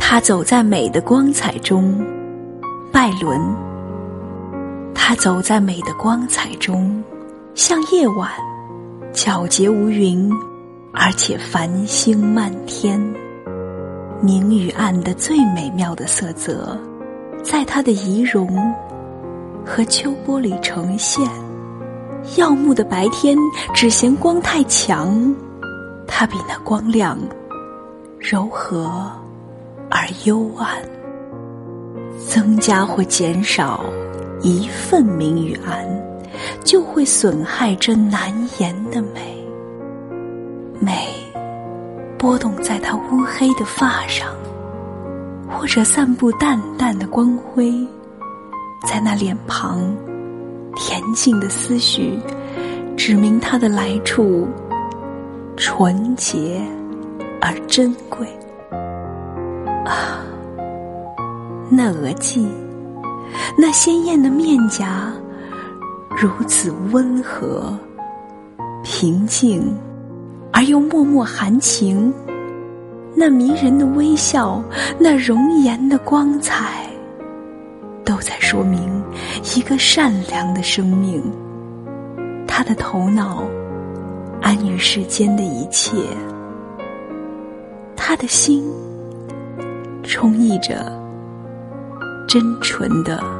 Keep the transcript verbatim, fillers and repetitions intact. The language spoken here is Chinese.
他走在美的光彩中，拜伦。他走在美的光彩中，像夜晚，皎洁无云，而且繁星漫天。明与暗的最美妙的色泽，在他的仪容和秋波里呈现。耀目的白天只嫌光太强，它比那光亮柔和而幽暗。增加或减少一份明与暗，就会损害这难言的美。美波动在它乌黑的发上，或者散布淡淡的光辉，在那脸庞恬静的思绪，指明它的来处纯洁而珍贵。啊，那额际，那鲜艳的面颊，如此温和、平静而又脉脉含情。那迷人的微笑，那容颜的光彩，都在说明一个善良的生命。他的头脑安于世间的一切，他的心充溢着真纯的